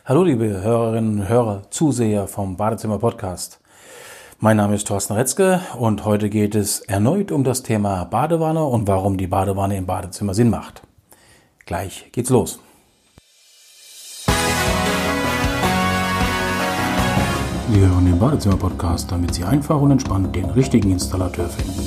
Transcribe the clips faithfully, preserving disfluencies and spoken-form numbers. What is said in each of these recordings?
Hallo liebe Hörerinnen und Hörer, Zuseher vom Badezimmer Podcast. Mein Name ist Thorsten Retzke und heute geht es erneut um das Thema Badewanne und warum die Badewanne im Badezimmer Sinn macht. Gleich geht's los. Sie hören den Badezimmer Podcast, damit Sie einfach und entspannt den richtigen Installateur finden.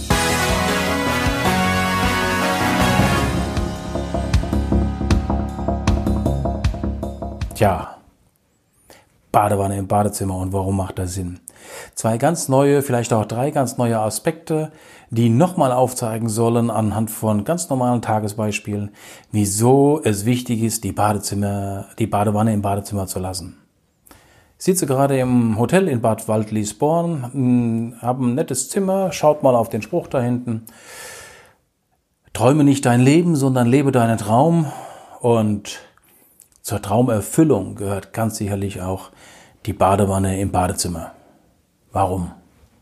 Tja, Badewanne im Badezimmer und warum macht das Sinn? Zwei ganz neue, vielleicht auch drei ganz neue Aspekte, die nochmal aufzeigen sollen anhand von ganz normalen Tagesbeispielen, wieso es wichtig ist, die Badezimmer, die Badewanne im Badezimmer zu lassen. Ich sitze gerade im Hotel in Bad Waldliesborn, habe ein nettes Zimmer, schaut mal auf den Spruch da hinten. Träume nicht dein Leben, sondern lebe deinen Traum. Und zur Traumerfüllung gehört ganz sicherlich auch die Badewanne im Badezimmer. Warum?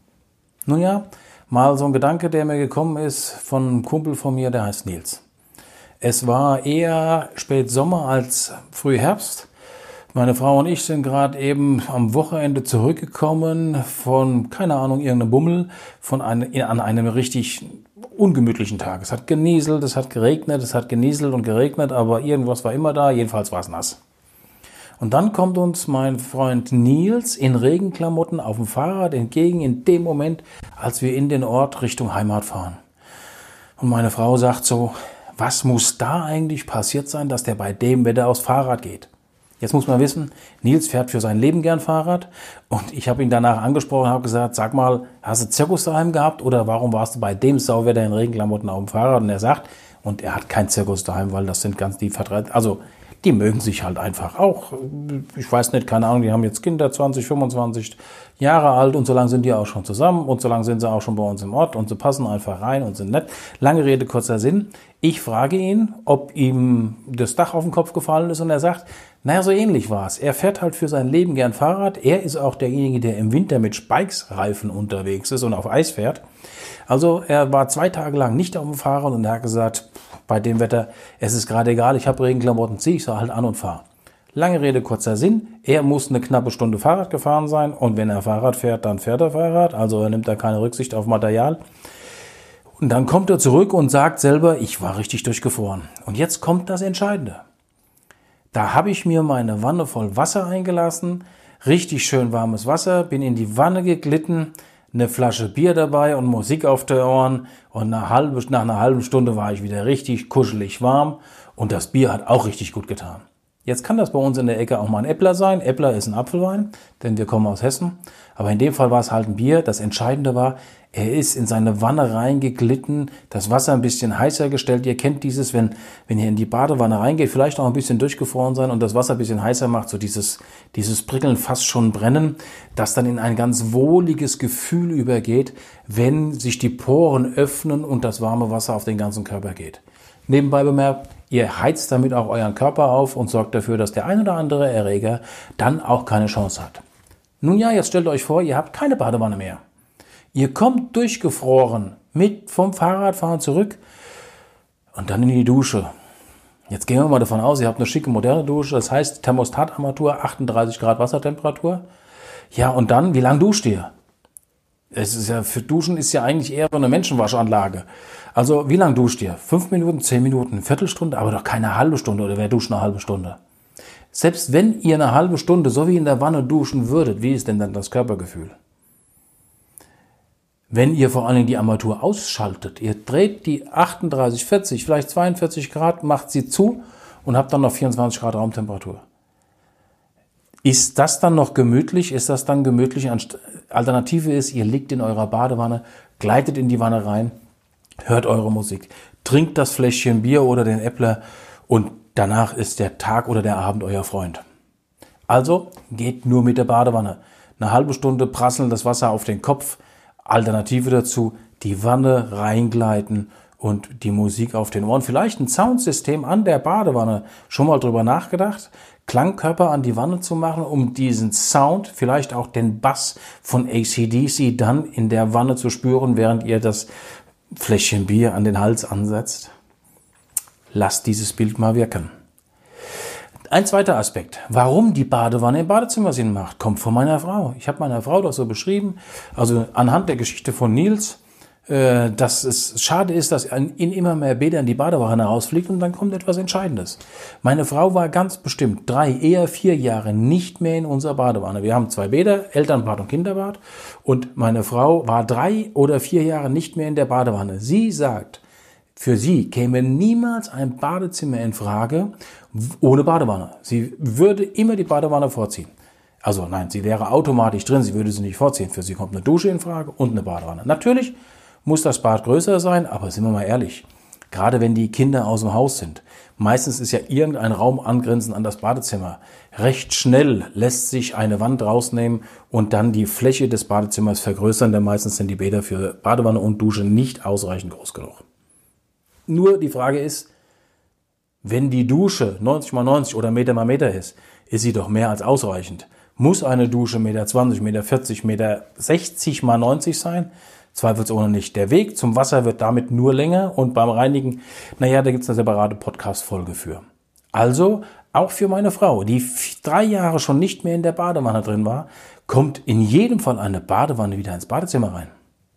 Nun ja, mal so ein Gedanke, der mir gekommen ist von einem Kumpel von mir, der heißt Nils. Es war eher Spätsommer als Frühherbst. Meine Frau und ich sind gerade eben am Wochenende zurückgekommen von, keine Ahnung, irgendeinem Bummel, von einem, an einem richtig ungemütlichen Tag. Es hat genieselt, es hat geregnet, es hat genieselt und geregnet, aber irgendwas war immer da, jedenfalls war es nass. Und dann kommt uns mein Freund Nils in Regenklamotten auf dem Fahrrad entgegen, in dem Moment, als wir in den Ort Richtung Heimat fahren. Und meine Frau sagt so, was muss da eigentlich passiert sein, dass der bei dem Wetter aufs Fahrrad geht? Jetzt muss man wissen, Nils fährt für sein Leben gern Fahrrad und ich habe ihn danach angesprochen und habe gesagt, sag mal, hast du Zirkus daheim gehabt oder warum warst du bei dem Sauwetter in Regenklamotten auf dem Fahrrad? Und er sagt, und er hat kein Zirkus daheim, weil das sind ganz die Vertreter, also die mögen sich halt einfach auch. Ich weiß nicht, keine Ahnung, die haben jetzt Kinder, zwanzig, fünfundzwanzig Jahre alt und so lange sind die auch schon zusammen und so lange sind sie auch schon bei uns im Ort und sie passen einfach rein und sind nett. Lange Rede, kurzer Sinn. Ich frage ihn, ob ihm das Dach auf den Kopf gefallen ist und er sagt, naja, so ähnlich war es. Er fährt halt für sein Leben gern Fahrrad. Er ist auch derjenige, der im Winter mit Spikes-Reifen unterwegs ist und auf Eis fährt. Also er war zwei Tage lang nicht auf dem Fahrrad und er hat gesagt, bei dem Wetter, es ist gerade egal, ich habe Regenklamotten, ziehe ich so halt an und fahre. Lange Rede, kurzer Sinn, er muss eine knappe Stunde Fahrrad gefahren sein und wenn er Fahrrad fährt, dann fährt er Fahrrad, also er nimmt da keine Rücksicht auf Material. Und dann kommt er zurück und sagt selber, ich war richtig durchgefroren. Und jetzt kommt das Entscheidende. Da habe ich mir meine Wanne voll Wasser eingelassen, richtig schön warmes Wasser, bin in die Wanne geglitten, eine Flasche Bier dabei und Musik auf den Ohren und eine halbe, nach einer halben Stunde war ich wieder richtig kuschelig warm und das Bier hat auch richtig gut getan. Jetzt kann das bei uns in der Ecke auch mal ein Äppler sein. Äppler ist ein Apfelwein, denn wir kommen aus Hessen. Aber in dem Fall war es halt ein Bier. Das Entscheidende war, er ist in seine Wanne reingeglitten, das Wasser ein bisschen heißer gestellt. Ihr kennt dieses, wenn, wenn ihr in die Badewanne reingeht, vielleicht auch ein bisschen durchgefroren sein und das Wasser ein bisschen heißer macht, so dieses, dieses Prickeln, fast schon brennen, das dann in ein ganz wohliges Gefühl übergeht, wenn sich die Poren öffnen und das warme Wasser auf den ganzen Körper geht. Nebenbei bemerkt, ihr heizt damit auch euren Körper auf und sorgt dafür, dass der ein oder andere Erreger dann auch keine Chance hat. Nun ja, jetzt stellt euch vor, ihr habt keine Badewanne mehr. Ihr kommt durchgefroren mit vom Fahrradfahren zurück und dann in die Dusche. Jetzt gehen wir mal davon aus, ihr habt eine schicke, moderne Dusche, das heißt Thermostatarmatur, achtunddreißig Grad Wassertemperatur. Ja, und dann, wie lange duscht ihr? Es ist ja, für Duschen ist ja eigentlich eher so eine Menschenwaschanlage. Also, wie lange duscht ihr? Fünf Minuten, zehn Minuten, eine Viertelstunde, aber doch keine halbe Stunde, oder wer duscht eine halbe Stunde? Selbst wenn ihr eine halbe Stunde so wie in der Wanne duschen würdet, wie ist denn dann das Körpergefühl? Wenn ihr vor allen Dingen die Armatur ausschaltet, ihr dreht die achtunddreißig, vierzig, vielleicht zweiundvierzig Grad, macht sie zu und habt dann noch vierundzwanzig Grad Raumtemperatur. Ist das dann noch gemütlich? Ist das dann gemütlich? Alternative ist, ihr liegt in eurer Badewanne, gleitet in die Wanne rein, hört eure Musik, trinkt das Fläschchen Bier oder den Äppler und danach ist der Tag oder der Abend euer Freund. Also geht nur mit der Badewanne. Eine halbe Stunde prasseln das Wasser auf den Kopf. Alternative dazu, die Wanne reingleiten und die Musik auf den Ohren. Vielleicht ein Soundsystem an der Badewanne. Schon mal drüber nachgedacht? Klangkörper an die Wanne zu machen, um diesen Sound, vielleicht auch den Bass von A C D C dann in der Wanne zu spüren, während ihr das Fläschchen Bier an den Hals ansetzt. Lasst dieses Bild mal wirken. Ein zweiter Aspekt, warum die Badewanne im Badezimmer Sinn macht, kommt von meiner Frau. Ich habe meiner Frau das so beschrieben, also anhand der Geschichte von Nils, äh, dass es schade ist, dass in immer mehr Bädern die Badewanne rausfliegt und dann kommt etwas Entscheidendes. Meine Frau war ganz bestimmt drei, eher vier Jahre nicht mehr in unserer Badewanne. Wir haben zwei Bäder, Elternbad und Kinderbad, und meine Frau war drei oder vier Jahre nicht mehr in der Badewanne. Sie sagt, für sie käme niemals ein Badezimmer in Frage ohne Badewanne. Sie würde immer die Badewanne vorziehen. Also nein, sie wäre automatisch drin, sie würde sie nicht vorziehen. Für sie kommt eine Dusche in Frage und eine Badewanne. Natürlich muss das Bad größer sein, aber sind wir mal ehrlich, gerade wenn die Kinder aus dem Haus sind, meistens ist ja irgendein Raum angrenzend an das Badezimmer. Recht schnell lässt sich eine Wand rausnehmen und dann die Fläche des Badezimmers vergrößern, denn meistens sind die Bäder für Badewanne und Dusche nicht ausreichend groß genug. Nur die Frage ist, wenn die Dusche neunzig mal neunzig oder Meter mal Meter ist, ist sie doch mehr als ausreichend. Muss eine Dusche eins Meter zwanzig, eins Meter vierzig, eins Meter sechzig mal neunzig sein? Zweifelsohne nicht. Der Weg zum Wasser wird damit nur länger und beim Reinigen, naja, da gibt es eine separate Podcast-Folge für. Also, auch für meine Frau, die drei Jahre schon nicht mehr in der Badewanne drin war, kommt in jedem Fall eine Badewanne wieder ins Badezimmer rein.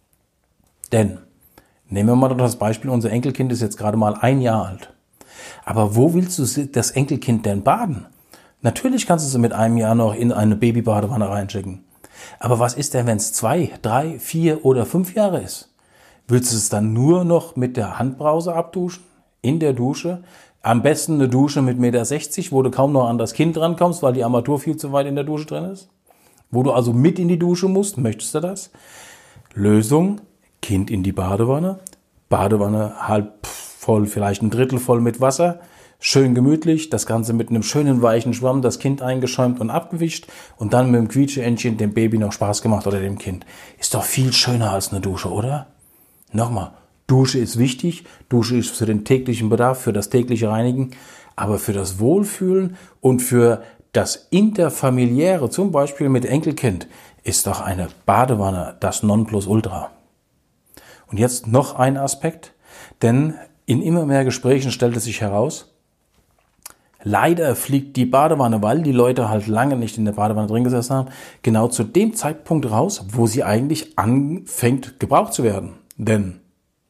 Denn, nehmen wir mal das Beispiel, unser Enkelkind ist jetzt gerade mal ein Jahr alt. Aber wo willst du das Enkelkind denn baden? Natürlich kannst du sie mit einem Jahr noch in eine Babybadewanne reinschicken. Aber was ist denn, wenn es zwei, drei, vier oder fünf Jahre ist? Willst du es dann nur noch mit der Handbrause abduschen? In der Dusche? Am besten eine Dusche mit eins Meter sechzig, wo du kaum noch an das Kind rankommst, weil die Armatur viel zu weit in der Dusche drin ist? Wo du also mit in die Dusche musst? Möchtest du das? Lösung: Kind in die Badewanne. Badewanne halb voll, vielleicht ein Drittel voll mit Wasser. Schön gemütlich, das Ganze mit einem schönen weichen Schwamm, das Kind eingeschäumt und abgewischt und dann mit dem Quietscheentchen dem Baby noch Spaß gemacht oder dem Kind. Ist doch viel schöner als eine Dusche, oder? Nochmal, Dusche ist wichtig, Dusche ist für den täglichen Bedarf, für das tägliche Reinigen, aber für das Wohlfühlen und für das Interfamiliäre, zum Beispiel mit Enkelkind, ist doch eine Badewanne das Nonplusultra. Und jetzt noch ein Aspekt, denn in immer mehr Gesprächen stellt es sich heraus, leider fliegt die Badewanne, weil die Leute halt lange nicht in der Badewanne drin gesessen haben, genau zu dem Zeitpunkt raus, wo sie eigentlich anfängt gebraucht zu werden. Denn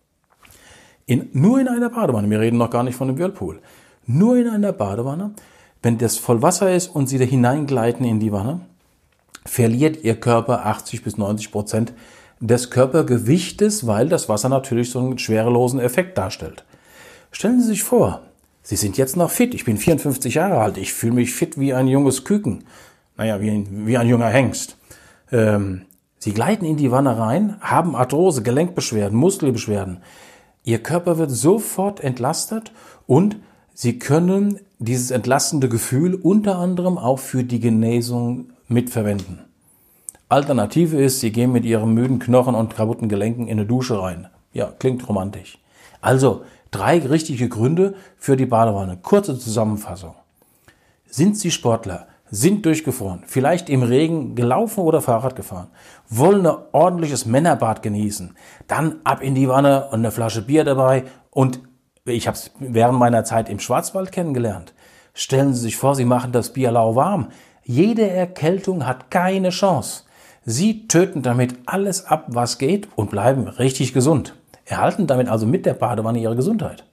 in, nur in einer Badewanne, wir reden noch gar nicht von einem Whirlpool, nur in einer Badewanne, wenn das voll Wasser ist und sie da hineingleiten in die Wanne, verliert ihr Körper achtzig bis neunzig Prozent des Körpergewichtes, weil das Wasser natürlich so einen schwerelosen Effekt darstellt. Stellen Sie sich vor, Sie sind jetzt noch fit. Ich bin vierundfünfzig Jahre alt. Ich fühle mich fit wie ein junges Küken. Naja, wie ein, wie ein junger Hengst. Ähm, Sie gleiten in die Wanne rein, haben Arthrose, Gelenkbeschwerden, Muskelbeschwerden. Ihr Körper wird sofort entlastet und Sie können dieses entlastende Gefühl unter anderem auch für die Genesung mitverwenden. Alternative ist, Sie gehen mit Ihren müden Knochen und kaputten Gelenken in eine Dusche rein. Ja, klingt romantisch. Also, drei richtige Gründe für die Badewanne. Kurze Zusammenfassung. Sind Sie Sportler, sind durchgefroren, vielleicht im Regen gelaufen oder Fahrrad gefahren, wollen ein ordentliches Männerbad genießen, dann ab in die Wanne und eine Flasche Bier dabei. Und ich habe es während meiner Zeit im Schwarzwald kennengelernt. Stellen Sie sich vor, Sie machen das Bier lauwarm. Jede Erkältung hat keine Chance. Sie töten damit alles ab, was geht und bleiben richtig gesund. Erhalten damit also mit der Badewanne ihre Gesundheit.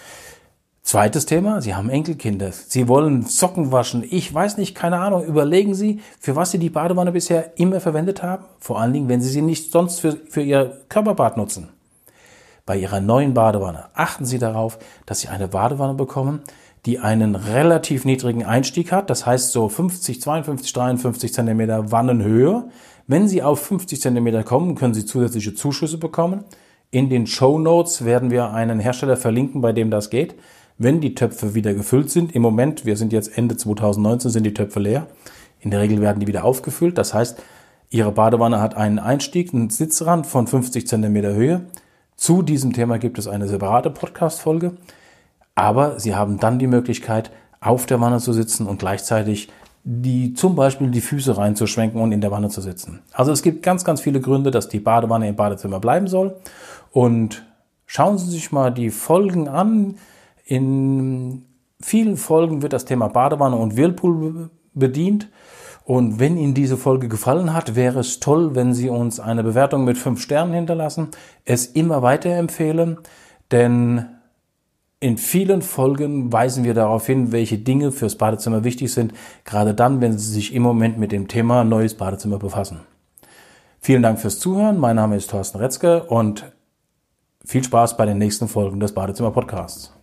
Zweites Thema, Sie haben Enkelkinder. Sie wollen Socken waschen. Ich weiß nicht, keine Ahnung. Überlegen Sie, für was Sie die Badewanne bisher immer verwendet haben. Vor allen Dingen, wenn Sie sie nicht sonst für, für Ihr Körperbad nutzen. Bei Ihrer neuen Badewanne achten Sie darauf, dass Sie eine Badewanne bekommen, die einen relativ niedrigen Einstieg hat. Das heißt so fünfzig, zweiundfünfzig, dreiundfünfzig Zentimeter Wannenhöhe. Wenn Sie auf fünfzig Zentimeter kommen, können Sie zusätzliche Zuschüsse bekommen. In den Shownotes werden wir einen Hersteller verlinken, bei dem das geht. Wenn die Töpfe wieder gefüllt sind, im Moment, wir sind jetzt Ende zweitausendneunzehn, sind die Töpfe leer. In der Regel werden die wieder aufgefüllt. Das heißt, Ihre Badewanne hat einen Einstieg, einen Sitzrand von fünfzig Zentimeter Höhe. Zu diesem Thema gibt es eine separate Podcast-Folge. Aber Sie haben dann die Möglichkeit, auf der Wanne zu sitzen und gleichzeitig die zum Beispiel die Füße reinzuschwenken und in der Wanne zu sitzen. Also es gibt ganz, ganz viele Gründe, dass die Badewanne im Badezimmer bleiben soll. Und schauen Sie sich mal die Folgen an, in vielen Folgen wird das Thema Badewanne und Whirlpool bedient. Und wenn Ihnen diese Folge gefallen hat, wäre es toll, wenn Sie uns eine Bewertung mit fünf Sternen hinterlassen, es immer weiterempfehlen, denn in vielen Folgen weisen wir darauf hin, welche Dinge fürs Badezimmer wichtig sind, gerade dann, wenn Sie sich im Moment mit dem Thema neues Badezimmer befassen. Vielen Dank fürs Zuhören. Mein Name ist Thorsten Retzke und viel Spaß bei den nächsten Folgen des Badezimmer-Podcasts.